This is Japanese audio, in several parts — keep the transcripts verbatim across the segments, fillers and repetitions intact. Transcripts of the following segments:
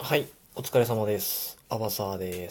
はい、お疲れ様です。アバサーです。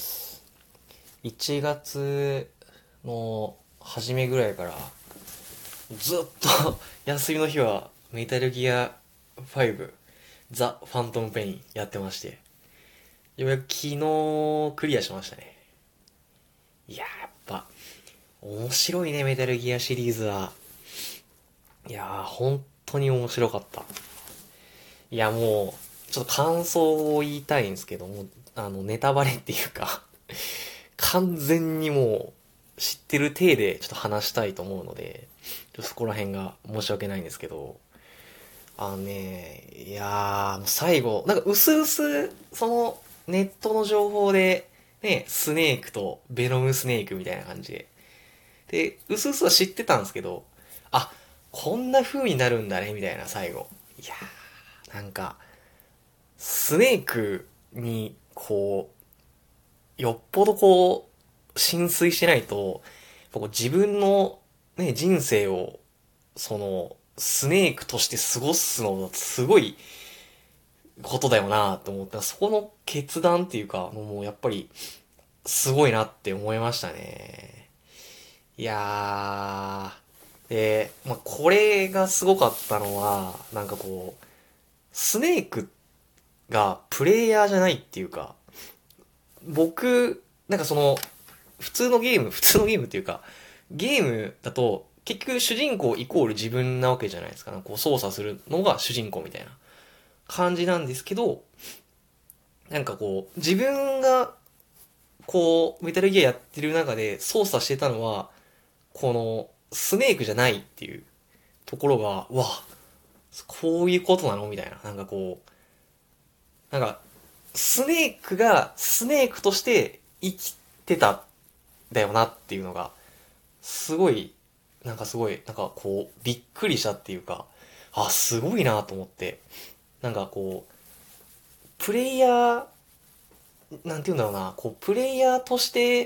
いちがつの初めぐらいからずっと休みの日はメタルギアファイブザ・ファントムペインやってまして、ようやく昨日クリアしましたね。いやーやっぱ面白いね、メタルギアシリーズは。いやー本当に面白かった。いやもうちょっと感想を言いたいんですけども、あのネタバレっていうか完全にもう知ってる体でちょっと話したいと思うので、ちょっとそこら辺が申し訳ないんですけど、あのね、いやー、もう最後、なんかうすうす、そのネットの情報で、ね、スネークとベノムスネークみたいな感じで。で、うすうすは知ってたんですけど、あ、こんな風になるんだね、みたいな最後。いやー、なんか、スネークに、こう、よっぽどこう、浸水してないと、こう自分のね、人生を、その、スネークとして過ごすの、すごいことだよなと思った。そこの決断っていうか、もうやっぱり、すごいなって思いましたね。いやー、で、まあ、これがすごかったのは、なんかこう、スネークがプレイヤーじゃないっていうか、僕、なんかその、普通のゲーム、普通のゲームっていうか、ゲームだと、結局主人公イコール自分なわけじゃないですか。こう操作するのが主人公みたいな感じなんですけど、なんかこう、自分がこう、メタルギアやってる中で操作してたのは、この、スネークじゃないっていうところが、うわ、こういうことなのみたいな。なんかこう、なんか、スネークがスネークとして生きてたんだよなっていうのが、すごい、なんかすごい、なんかこう、びっくりしたっていうか、あ、すごいなと思って。なんかこう、プレイヤー、なんて言うんだろうな、こう、プレイヤーとして、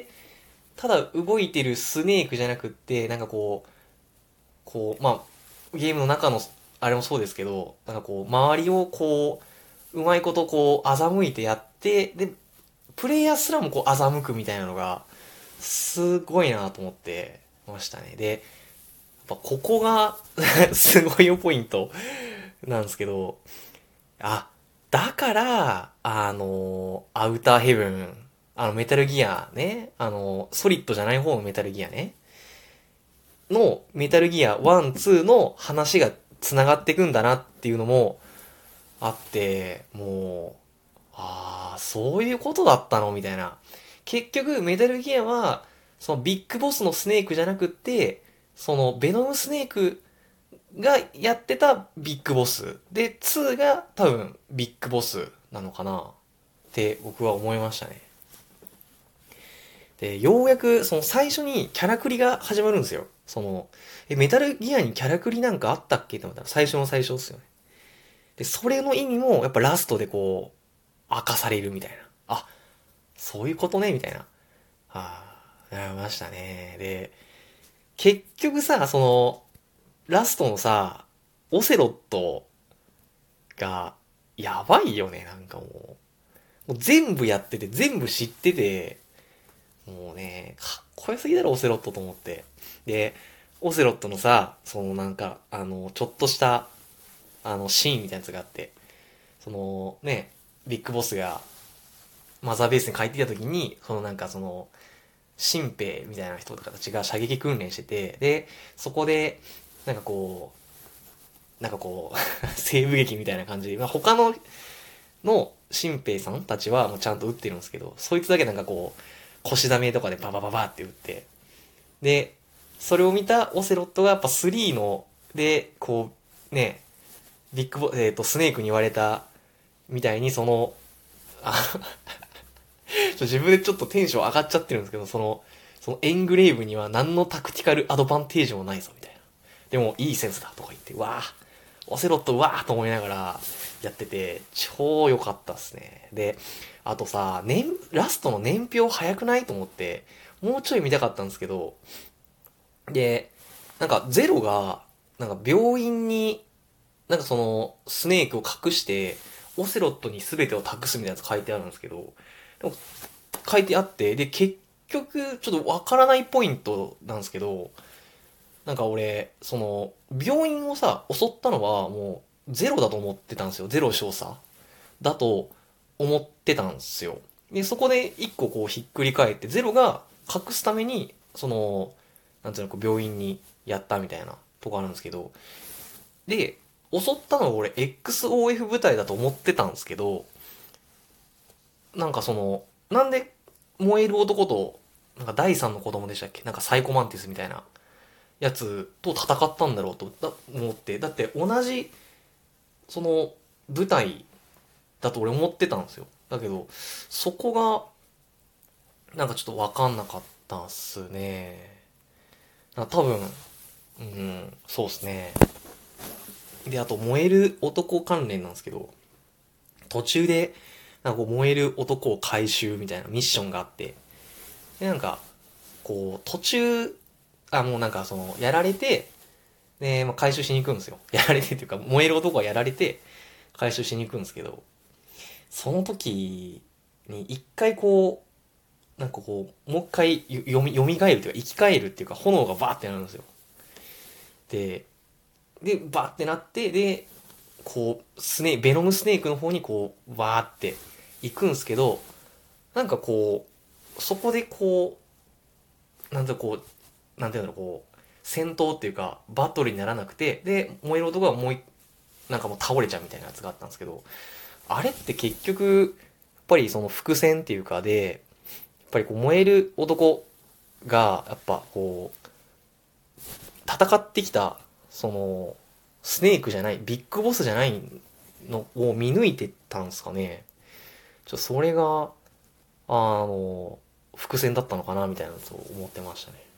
ただ動いてるスネークじゃなくって、なんかこう、こう、まあ、ゲームの中の、あれもそうですけど、なんかこう、周りをこう、うまいことこう、欺いてやって、で、プレイヤーすらもこう、欺くみたいなのが、すごいなと思ってましたね。で、やっぱここがすごいよポイントなんですけど、あ、だから、あの、アウターヘブン、あの、メタルギアね、あの、ソリッドじゃない方のメタルギアね、のメタルギアワン、ツーの話が繋がっていくんだなっていうのもあって、もう、ああ、そういうことだったのみたいな。結局、メタルギアは、そのビッグボスのスネークじゃなくって、そのベノムスネークがやってたビッグボス。で、ツーが多分ビッグボスなのかなって僕は思いましたね。で、ようやくその最初にキャラクリが始まるんですよ。その、え、メタルギアにキャラクリなんかあったっけって思ったら最初の最初ですよね。で、それの意味もやっぱラストでこう、明かされるみたいな。あ、そういうことねみたいな。はあ、なりましたね。で、結局さ、その、ラストのさ、オセロットが、やばいよね、なんかもう。もう全部やってて、全部知ってて、もうね、かっこよすぎだろ、オセロットと思って。で、オセロットのさ、そのなんか、あの、ちょっとした、あの、シーンみたいなやつがあって、その、ね、ビッグボスが、マザーベースに帰ってきた時に、そのなんかその、新兵みたいな人たちが射撃訓練してて、で、そこで、なんかこう、なんかこう、西部劇みたいな感じで、まあ、他の、の新兵さんたちはもうちゃんと撃ってるんですけど、そいつだけなんかこう、腰ダメとかでババババって撃って、で、それを見たオセロットがやっぱスリーの、で、こう、ね、ビッグボ、えっ、と、スネークに言われたみたいに、その、あ自分でちょっとテンション上がっちゃってるんですけど、その、そのエングレイブには何のタクティカルアドバンテージもないぞ、みたいな。でも、いいセンスだ、とか言って、わー、オセロット、わーと思いながらやってて、超良かったっすね。で、あとさ、年、ラストの年表早くないと思って、もうちょい見たかったんですけど、で、なんかゼロが、なんか病院に、なんかその、スネークを隠して、 オセロットに全てを託すみたいなやつ書いてあるんですけど、でも書いてあって、で、結局、ちょっとわからないポイントなんですけど、なんか俺、その、病院をさ、襲ったのはもうゼロだと思ってたんですよ。ゼロ少佐だと思ってたんですよ。で、そこで一個こうひっくり返って、ゼロが隠すために、その、なんていうの、こう病院にやったみたいなとこあるんですけど、で、襲ったのは俺 エックスオーエフ 部隊だと思ってたんですけど、なんかその、なんで燃える男と、なんか第三の子供でしたっけ、なんかサイコマンティスみたいなやつと戦ったんだろうと思って、だって同じ、その、部隊だと俺思ってたんですよ。だけど、そこが、なんかちょっとわかんなかったっすね。多分、うん、そうっすね。で、あと、燃える男関連なんですけど、途中で、なんかこう燃える男を回収みたいなミッションがあって、で、なんか、こう、途中、あ、もうなんかその、やられて、で、まあ、回収しに行くんですよ。やられてっていうか、燃える男はやられて、回収しに行くんですけど、その時に一回こう、なんかこう、もう一回よみ、蘇るというか、生き返るっていうか、炎がバーってなるんですよ。で、で、バーってなって、で、こう、スネーベノムスネークの方にこう、バーって行くんですけど、なんかこう、そこでこう、なんていうのこう、なんていうのこう、戦闘っていうか、バトルにならなくて、で、燃える男がもう一、なんかもう倒れちゃうみたいなやつがあったんですけど、あれって結局、やっぱりその伏線っていうかで、やっぱりこう燃える男が、やっぱこう、戦ってきた、その、スネークじゃない、ビッグボスじゃないのを見抜いてたんですかね。ちょっとそれが、あの、伏線だったのかな、みたいなと思ってましたね。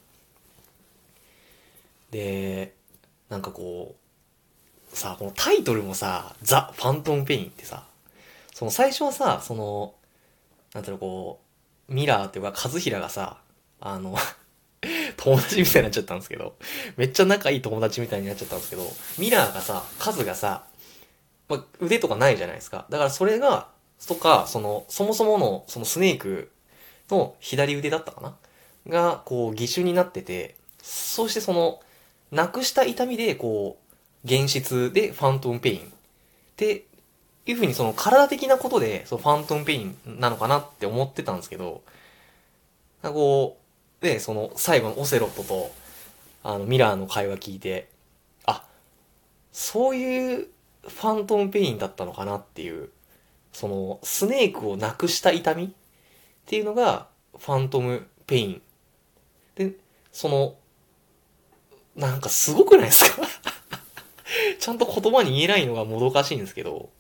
で、なんかこう、さ、このタイトルもさ、ザ・ファントム・ペインってさ、その最初はさ、その、なんていうのこう、ミラーっていうか、カズヒラがさ、あの友達みたいになっちゃったんですけど、めっちゃ仲いい友達みたいになっちゃったんですけど、ミラーがさ、カズがさ、まあ、腕とかないじゃないですか。だからそれが、とか、その、そもそもの、そのスネークの左腕だったかなが、こう、義手になってて、そしてその、なくした痛みで、こう、現実でファントムペイン。っていうふうにその体的なことで、そのファントムペインなのかなって思ってたんですけど、なんかこう、で、その最後のオセロットと、あの、ミラーの会話聞いて、あ、そういうファントムペインだったのかなっていう、その、スネークをなくした痛みっていうのが、ファントムペイン。で、その、なんかすごくないですかちゃんと言葉に言えないのがもどかしいんですけど、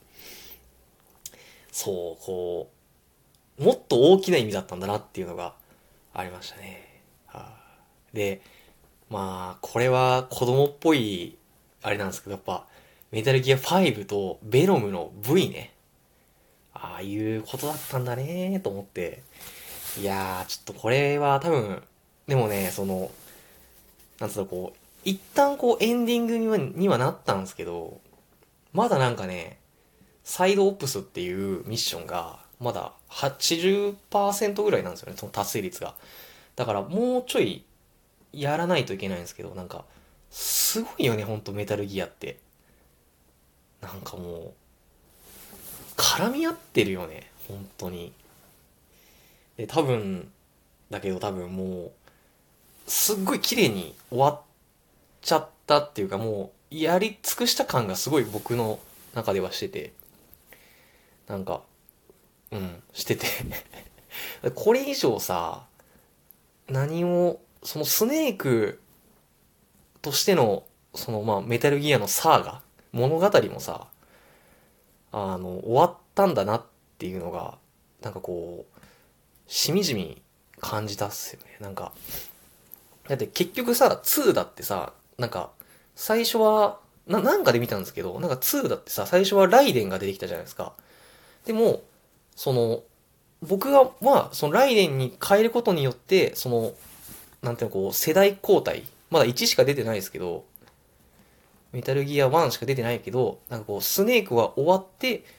そう、こう、もっと大きな意味だったんだなっていうのがありましたね。はあ、で、まあ、これは子供っぽい、あれなんですけど、やっぱ、メタルギアファイブとベノムの V ね。ああいうことだったんだねーと思って。いやー、ちょっとこれは多分、でもね、その、なんつうの、こう、一旦こうエンディングにはにはなったんですけど、まだなんかね、サイドオプスっていうミッションが、まだはちじゅっパーセントぐらいなんですよね、その達成率が。だからもうちょいやらないといけないんですけど、なんか、すごいよね、ほんとメタルギアって。なんかもう、絡み合ってるよね、本当に。で、多分、だけど多分もう、すっごい綺麗に終わっちゃったっていうか、もう、やり尽くした感がすごい僕の中ではしてて、なんか、うん、しててこれ以上さ、何を、そのスネークとしての、そのまあメタルギアのサーガ、物語もさ、あの、終わったんだなっていうのが、なんかこう、しみじみ感じたっすよね。なんか、だって結局さ、ツーだってさ、なんか、最初は、な、なんかで見たんですけど、なんかツーだってさ、最初はライデンが出てきたじゃないですか。でも、その、僕が、まあ、そのライデンに変えることによって、その、なんていうの、こう、世代交代。まだいちしか出てないですけど、メタルギアワンしか出てないけど、なんかこう、スネークは終わって、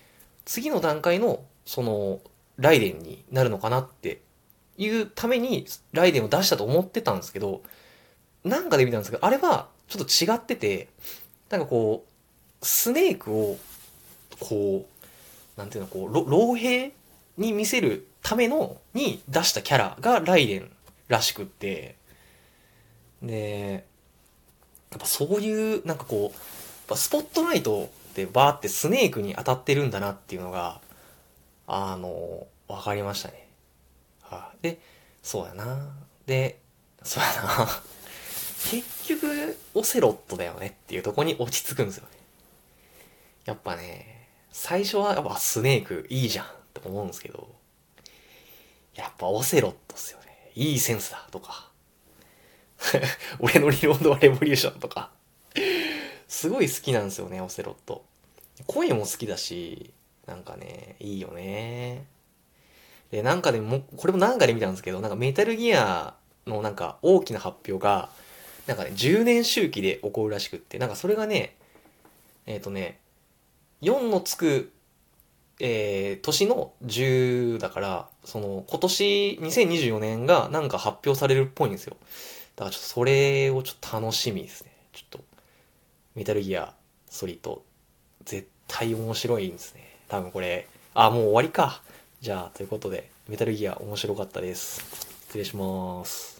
次の段階の、その、ライデンになるのかなっていうために、ライデンを出したと思ってたんですけど、なんかで見たんですけど、あれはちょっと違ってて、なんかこう、スネークを、こう、なんていうの、こう、老兵に見せるための、に出したキャラがライデンらしくって、で、やっぱそういう、なんかこう、スポットライトでバーってスネークに当たってるんだなっていうのが、あの、わかりましたね。はい、で、そうやな。で、そうやな。結局、オセロットだよねっていうとこに落ち着くんですよね。やっぱね、最初はやっぱスネークいいじゃんって思うんですけど、やっぱオセロットっすよね。いいセンスだとか、俺のリロードはレボリューションとか、すごい好きなんですよね、オセロット。声も好きだし、なんかね、いいよね。で、なんかでも、これもなんかで見たんですけど、なんかメタルギアのなんか大きな発表が、なんかね、じゅうねん周期で起こるらしくって、なんかそれがね、えっ、ー、とね、よんのつく、えー、年のじゅうだから、その、今年にせんにじゅうよねんがなんか発表されるっぽいんですよ。だからちょっとそれをちょっと楽しみですね。ちょっと、メタルギア、ソリッド、絶対面白いんですね。多分これ、あ、もう終わりか。じゃあ、ということで、メタルギア面白かったです。失礼します。